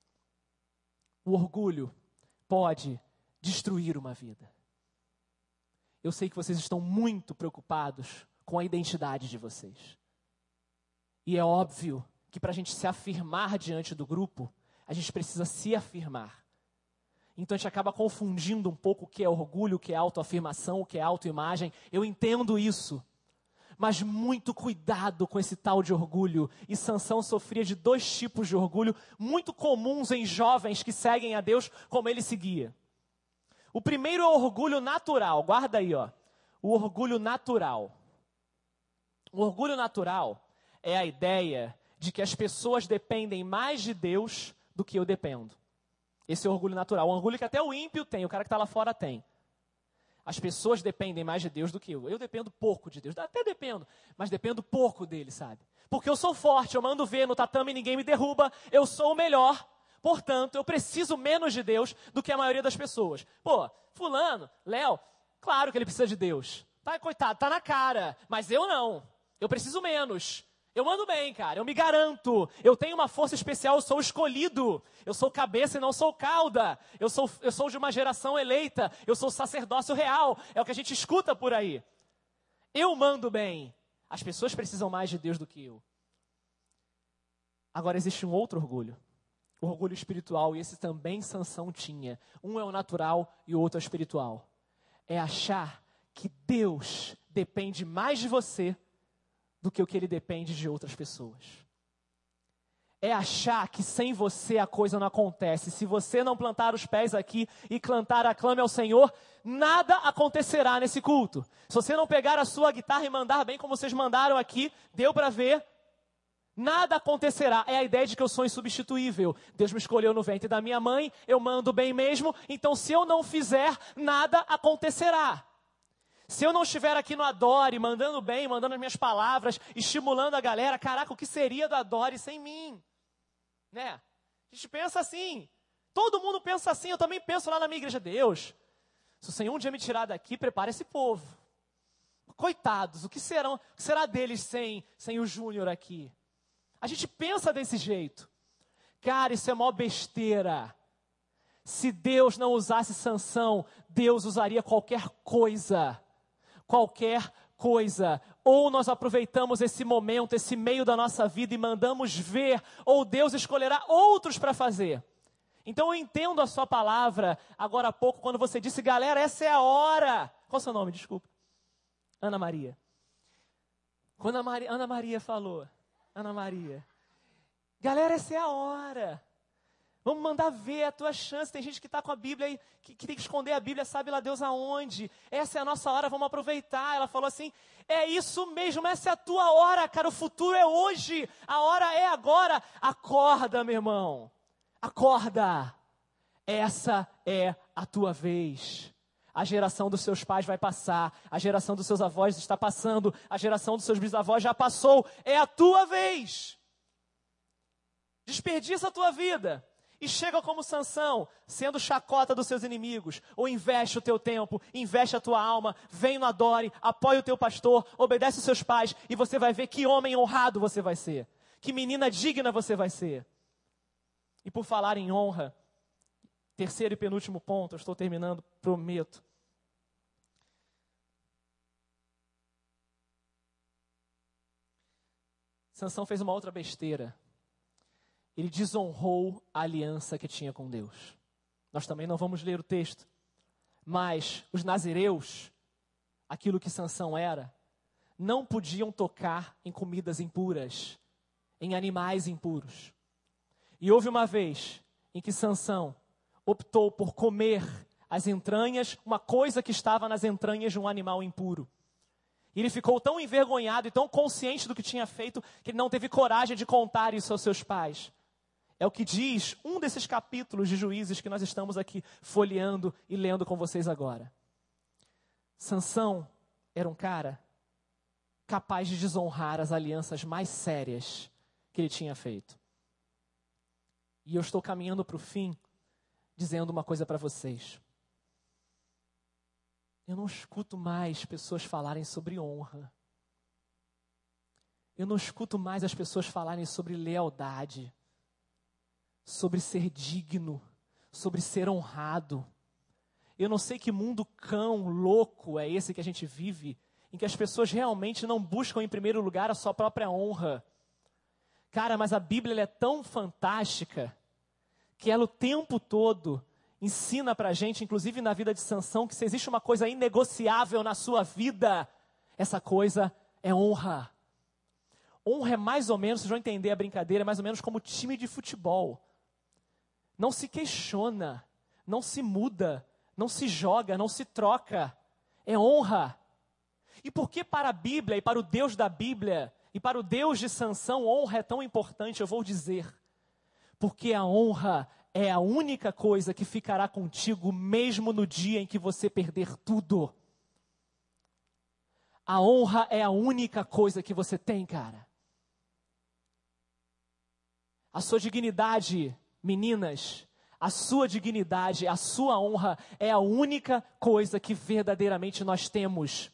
O orgulho pode destruir uma vida. Eu sei que vocês estão muito preocupados com a identidade de vocês. E é óbvio que para a gente se afirmar diante do grupo, a gente precisa se afirmar. Então a gente acaba confundindo um pouco o que é orgulho, o que é autoafirmação, o que é autoimagem. Eu entendo isso. Mas muito cuidado com esse tal de orgulho. E Sansão sofria de 2 tipos de orgulho muito comuns em jovens que seguem a Deus como ele seguia. O primeiro é o orgulho natural. Guarda aí, ó. O orgulho natural. O orgulho natural é a ideia de que as pessoas dependem mais de Deus do que eu dependo. Esse é o orgulho natural. O orgulho que até o ímpio tem, o cara que está lá fora tem. As pessoas dependem mais de Deus do que eu. Eu dependo pouco de Deus, até dependo, mas dependo pouco dele, sabe? Porque eu sou forte, eu mando ver no tatame, ninguém me derruba, eu sou o melhor. Portanto, eu preciso menos de Deus do que a maioria das pessoas. Pô, fulano, Léo, claro que ele precisa de Deus. Tá, coitado, tá na cara, mas eu não. Eu preciso menos. Eu mando bem, cara, eu me garanto. Eu tenho uma força especial, eu sou escolhido. Eu sou cabeça e não sou cauda. Eu sou de uma geração eleita. Eu sou sacerdócio real. É o que a gente escuta por aí. Eu mando bem. As pessoas precisam mais de Deus do que eu. Agora existe um outro orgulho. O orgulho espiritual, e esse também Sansão tinha. Um é o natural e o outro é o espiritual. É achar que Deus depende mais de você do que o que ele depende de outras pessoas. É achar que sem você a coisa não acontece. Se você não plantar os pés aqui e cantar aclame ao Senhor, nada acontecerá nesse culto. Se você não pegar a sua guitarra e mandar bem como vocês mandaram aqui, deu para ver, nada acontecerá. É a ideia de que eu sou insubstituível. Deus me escolheu no ventre da minha mãe, eu mando bem mesmo, então se eu não fizer, nada acontecerá. Se eu não estiver aqui no Adore, mandando bem, mandando as minhas palavras, estimulando a galera, caraca, o que seria do Adore sem mim? Né? A gente pensa assim, todo mundo pensa assim, eu também penso lá na minha igreja. Deus, se o Senhor um dia me tirar daqui, prepara esse povo. Coitados, o que será deles sem o Júnior aqui? A gente pensa desse jeito. Cara, isso é mó besteira. Se Deus não usasse Sansão, Deus usaria qualquer coisa. Qualquer coisa. Ou nós aproveitamos esse momento, esse meio da nossa vida e mandamos ver, ou Deus escolherá outros para fazer. Então eu entendo a sua palavra agora há pouco, quando você disse, galera, essa é a hora. Qual é o seu nome? Desculpa. Ana Maria. Quando Ana Maria falou, Ana Maria, galera, essa é a hora. Vamos mandar ver a tua chance. Tem gente que está com a Bíblia aí, que tem que esconder a Bíblia, sabe lá Deus aonde. Essa é a nossa hora, vamos aproveitar. Ela falou assim, é isso mesmo, essa é a tua hora, cara. O futuro é hoje, a hora é agora. Acorda, meu irmão. Acorda. Essa é a tua vez. A geração dos seus pais vai passar. A geração dos seus avós está passando. A geração dos seus bisavós já passou. É a tua vez. Desperdiça a tua vida. E chega como Sansão, sendo chacota dos seus inimigos. Ou investe o teu tempo, investe a tua alma, vem no adore, apoia o teu pastor, obedece os seus pais, e você vai ver que homem honrado você vai ser. Que menina digna você vai ser. E por falar em honra, terceiro e penúltimo ponto, eu estou terminando, prometo. Sansão fez uma outra besteira. Ele desonrou a aliança que tinha com Deus. Nós também não vamos ler o texto. Mas os nazireus, aquilo que Sansão era, não podiam tocar em comidas impuras, em animais impuros. E houve uma vez em que Sansão optou por comer as entranhas, uma coisa que estava nas entranhas de um animal impuro. E ele ficou tão envergonhado e tão consciente do que tinha feito, que ele não teve coragem de contar isso aos seus pais. É o que diz um desses capítulos de Juízes que nós estamos aqui folheando e lendo com vocês agora. Sansão era um cara capaz de desonrar as alianças mais sérias que ele tinha feito. E eu estou caminhando para o fim, dizendo uma coisa para vocês. Eu não escuto mais pessoas falarem sobre honra. Eu não escuto mais as pessoas falarem sobre lealdade, sobre ser digno, sobre ser honrado. Eu não sei que mundo cão, louco é esse que a gente vive, em que as pessoas realmente não buscam em primeiro lugar a sua própria honra. Cara, mas a Bíblia ela é tão fantástica, que ela o tempo todo ensina pra gente, inclusive na vida de Sansão, que se existe uma coisa inegociável na sua vida, essa coisa é honra. Honra é mais ou menos, vocês vão entender a brincadeira, é mais ou menos como time de futebol. Não se questiona, não se muda, não se joga, não se troca. É honra. E por que para a Bíblia e para o Deus da Bíblia e para o Deus de Sansão honra é tão importante? Eu vou dizer. Porque a honra é a única coisa que ficará contigo mesmo no dia em que você perder tudo. A honra é a única coisa que você tem, cara. A sua dignidade, meninas, a sua dignidade, a sua honra é a única coisa que verdadeiramente nós temos.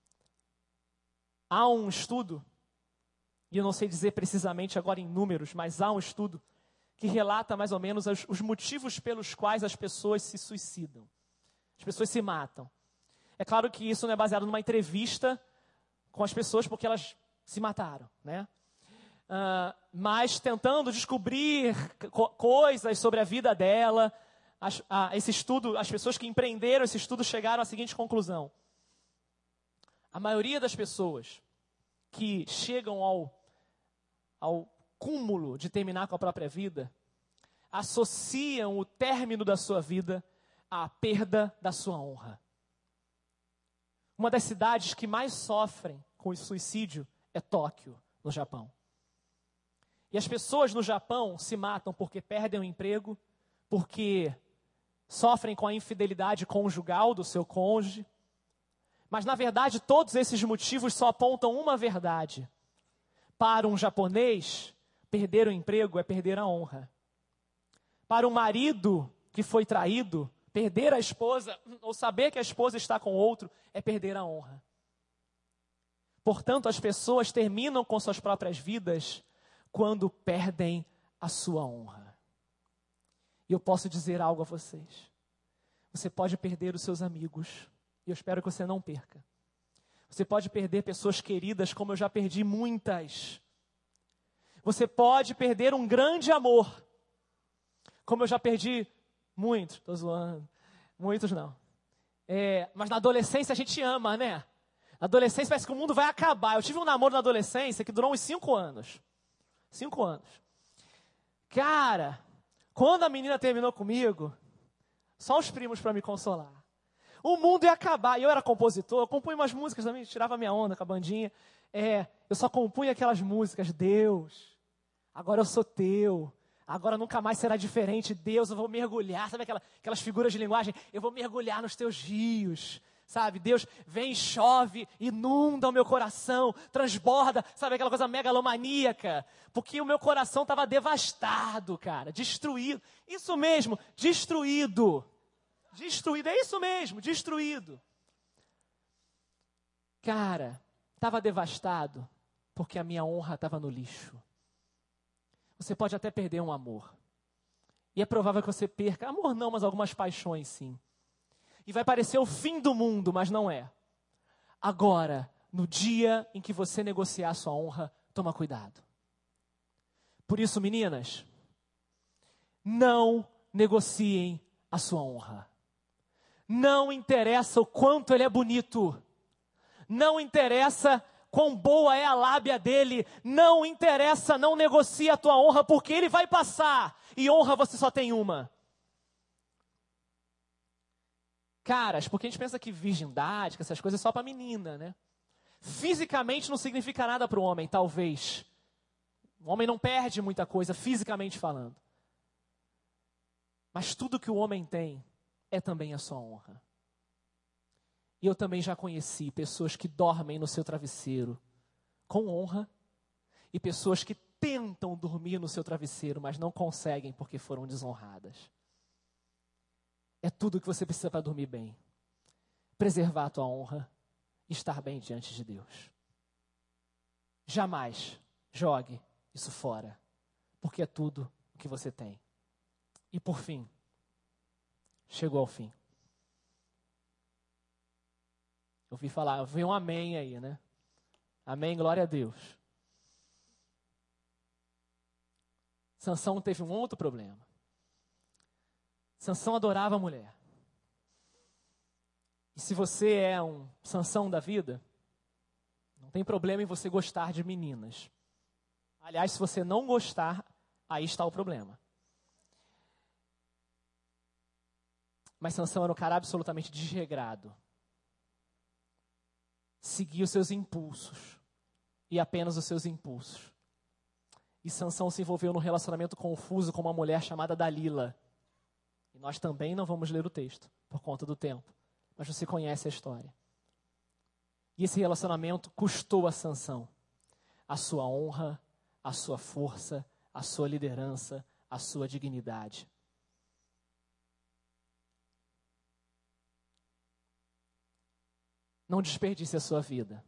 Há um estudo, e eu não sei dizer precisamente agora em números, mas há um estudo que relata mais ou menos os motivos pelos quais as pessoas se suicidam. As pessoas se matam. É claro que isso não é baseado numa entrevista com as pessoas porque elas se mataram, né? Mas tentando descobrir coisas sobre a vida dela. Esse estudo, as pessoas que empreenderam esse estudo chegaram à seguinte conclusão. A maioria das pessoas que chegam ao cúmulo de terminar com a própria vida, associam o término da sua vida à perda da sua honra. Uma das cidades que mais sofrem com o suicídio é Tóquio, no Japão. E as pessoas no Japão se matam porque perdem o emprego, porque sofrem com a infidelidade conjugal do seu cônjuge. Mas, na verdade, todos esses motivos só apontam uma verdade. Para um japonês, perder o emprego é perder a honra. Para um marido que foi traído, perder a esposa, ou saber que a esposa está com outro, é perder a honra. Portanto, as pessoas terminam com suas próprias vidas quando perdem a sua honra. E eu posso dizer algo a vocês. Você pode perder os seus amigos, e eu espero que você não perca. Você pode perder pessoas queridas, como eu já perdi muitas. Você pode perder um grande amor, como eu já perdi muitos. Estou zoando. Muitos não. Mas na adolescência a gente ama, né? Na adolescência parece que o mundo vai acabar. Eu tive um namoro na adolescência que durou uns 5 anos. 5 anos. Cara, Quando a menina terminou comigo, só os primos para me consolar. O mundo ia acabar. E eu era compositor, eu compunha umas músicas também, tirava minha onda com a bandinha. Eu só compunha aquelas músicas. Deus, agora eu sou teu. Agora nunca mais será diferente. Deus, eu vou mergulhar. Sabe aquelas figuras de linguagem? Eu vou mergulhar nos teus rios. Sabe, Deus vem, chove, inunda o meu coração, transborda, sabe, aquela coisa megalomaníaca. Porque o meu coração estava devastado, cara, destruído. Isso mesmo, destruído. Destruído, é isso mesmo, destruído. Cara, estava devastado porque a minha honra estava no lixo. Você pode até perder um amor. E é provável que você perca, amor não, mas algumas paixões sim. E vai parecer o fim do mundo, mas não é. Agora, no dia em que você negociar a sua honra, toma cuidado. Por isso, meninas, não negociem a sua honra. Não interessa o quanto ele é bonito. Não interessa quão boa é a lábia dele. Não interessa, não negocie a tua honra, porque ele vai passar. E honra você só tem uma. Caras, porque a gente pensa que virgindade, que essas coisas é só para menina, né? Fisicamente não significa nada para o homem, talvez. O homem não perde muita coisa, fisicamente falando. Mas tudo que o homem tem é também a sua honra. E eu também já conheci pessoas que dormem no seu travesseiro com honra e pessoas que tentam dormir no seu travesseiro, mas não conseguem porque foram desonradas. É tudo que você precisa para dormir bem. Preservar a tua honra e estar bem diante de Deus. Jamais jogue isso fora, porque é tudo o que você tem. E por fim, chegou ao fim. Eu ouvi falar, eu vi um amém aí, né? Amém, glória a Deus. Sansão teve um outro problema. Sansão adorava a mulher. E se você é um Sansão da vida, não tem problema em você gostar de meninas. Aliás, se você não gostar, aí está o problema. Mas Sansão era um cara absolutamente desregrado. Seguia os seus impulsos. E apenas os seus impulsos. E Sansão se envolveu num relacionamento confuso com uma mulher chamada Dalila. E nós também não vamos ler o texto, por conta do tempo. Mas você conhece a história. E esse relacionamento custou a Sansão a sua honra, a sua força, a sua liderança, a sua dignidade. Não desperdice a sua vida.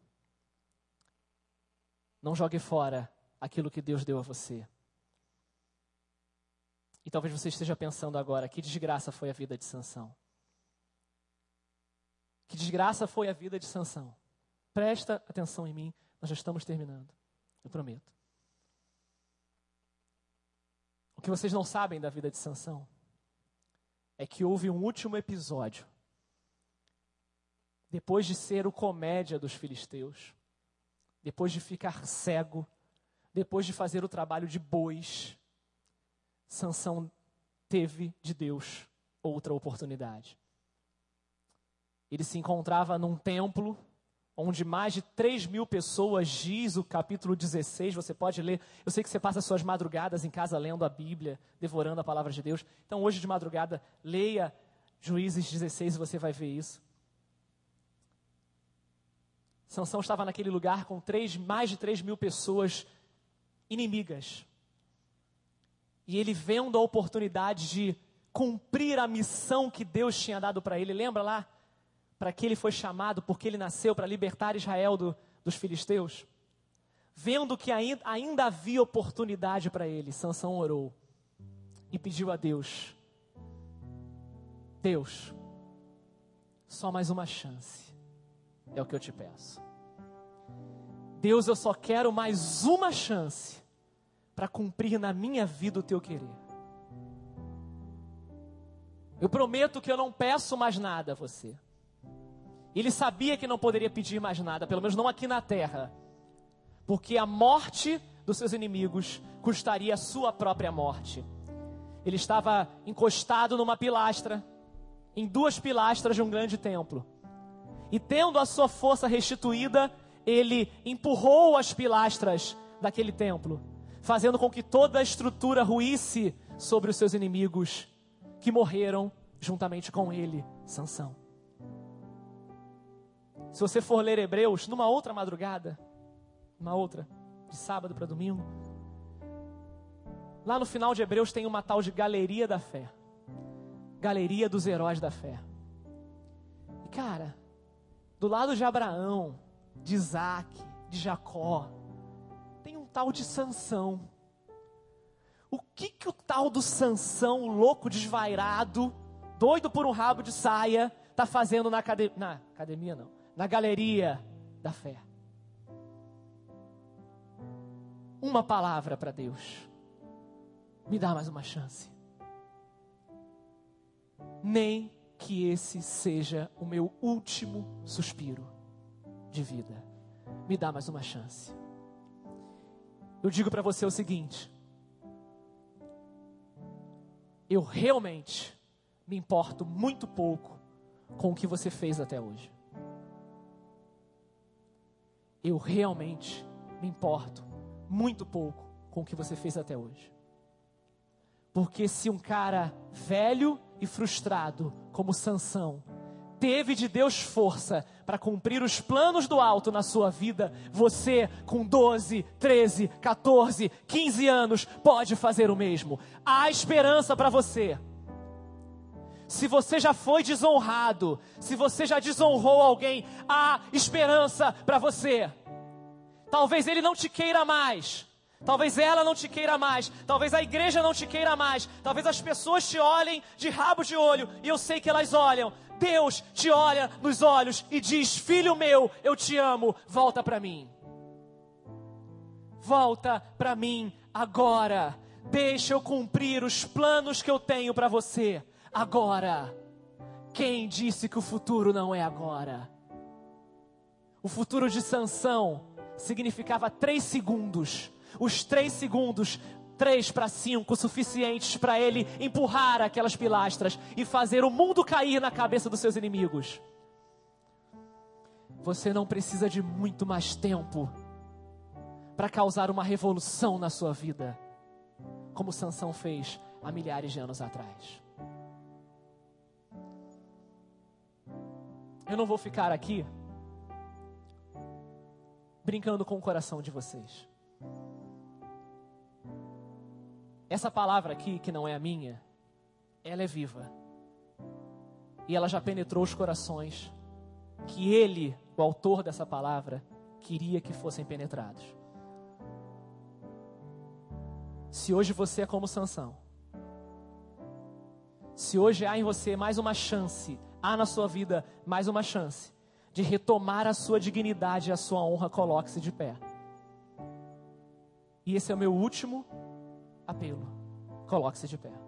Não jogue fora aquilo que Deus deu a você. E talvez você esteja pensando agora, que desgraça foi a vida de Sansão. Que desgraça foi a vida de Sansão. Presta atenção em mim, nós já estamos terminando, eu prometo. O que vocês não sabem da vida de Sansão é que houve um último episódio. Depois de ser o comédia dos filisteus, depois de ficar cego, depois de fazer o trabalho de bois, Sansão teve de Deus outra oportunidade. Ele se encontrava num templo onde mais de 3.000 pessoas, diz o capítulo 16, você pode ler. Eu sei que você passa suas madrugadas em casa lendo a Bíblia, devorando a palavra de Deus. Então hoje de madrugada, leia Juízes 16 e você vai ver isso. Sansão estava naquele lugar com mais de 3.000 pessoas inimigas. E ele vendo a oportunidade de cumprir a missão que Deus tinha dado para ele. Lembra lá? Para que ele foi chamado, porque ele nasceu para libertar Israel dos filisteus. Vendo que ainda havia oportunidade para ele, Sansão orou. E pediu a Deus. Deus, só mais uma chance. É o que eu te peço. Deus, eu só quero mais uma chance para cumprir na minha vida o teu querer. Eu prometo que eu não peço mais nada a você. Ele sabia que não poderia pedir mais nada, pelo menos não aqui na terra, porque a morte dos seus inimigos custaria a sua própria morte. Ele estava encostado numa pilastra, em 2 pilastras de um grande templo. E tendo a sua força restituída, ele empurrou as pilastras daquele templo, fazendo com que toda a estrutura ruísse sobre os seus inimigos, que morreram juntamente com ele, Sansão. Se você for ler Hebreus, numa outra madrugada, de sábado para domingo, lá no final de Hebreus tem uma tal de galeria da fé. Galeria dos heróis da fé. E cara, do lado de Abraão, de Isaac, de Jacó, tem um tal de Sansão. O que o tal do Sansão, louco, desvairado, doido por um rabo de saia, está fazendo na galeria da fé? Uma palavra para Deus: me dá mais uma chance. Nem que esse seja o meu último suspiro de vida. Me dá mais uma chance. Eu digo para você o seguinte: eu realmente me importo muito pouco com o que você fez até hoje. Eu realmente me importo muito pouco com o que você fez até hoje. Porque se um cara velho e frustrado como Sansão teve de Deus força para cumprir os planos do alto na sua vida, você com 12, 13, 14, 15 anos pode fazer o mesmo. Há esperança para você. Se você já foi desonrado, se você já desonrou alguém, há esperança para você. Talvez ele não te queira mais. Talvez ela não te queira mais. Talvez a igreja não te queira mais. Talvez as pessoas te olhem de rabo de olho. E eu sei que elas olham. Deus te olha nos olhos e diz: filho meu, eu te amo, volta para mim. Volta para mim agora. Deixa eu cumprir os planos que eu tenho para você agora. Quem disse que o futuro não é agora? O futuro de Sansão significava 3 segundos. Os 3 segundos, 3 para 5, suficientes para ele empurrar aquelas pilastras e fazer o mundo cair na cabeça dos seus inimigos. Você não precisa de muito mais tempo para causar uma revolução na sua vida, como Sansão fez há milhares de anos atrás. Eu não vou ficar aqui brincando com o coração de vocês. Essa palavra aqui, que não é a minha, ela é viva. E ela já penetrou os corações que ele, o autor dessa palavra, queria que fossem penetrados. Se hoje você é como Sansão, se hoje há em você mais uma chance, há na sua vida mais uma chance de retomar a sua dignidade e a sua honra, coloque-se de pé. E esse é o meu último apelo. Coloque-se de pé.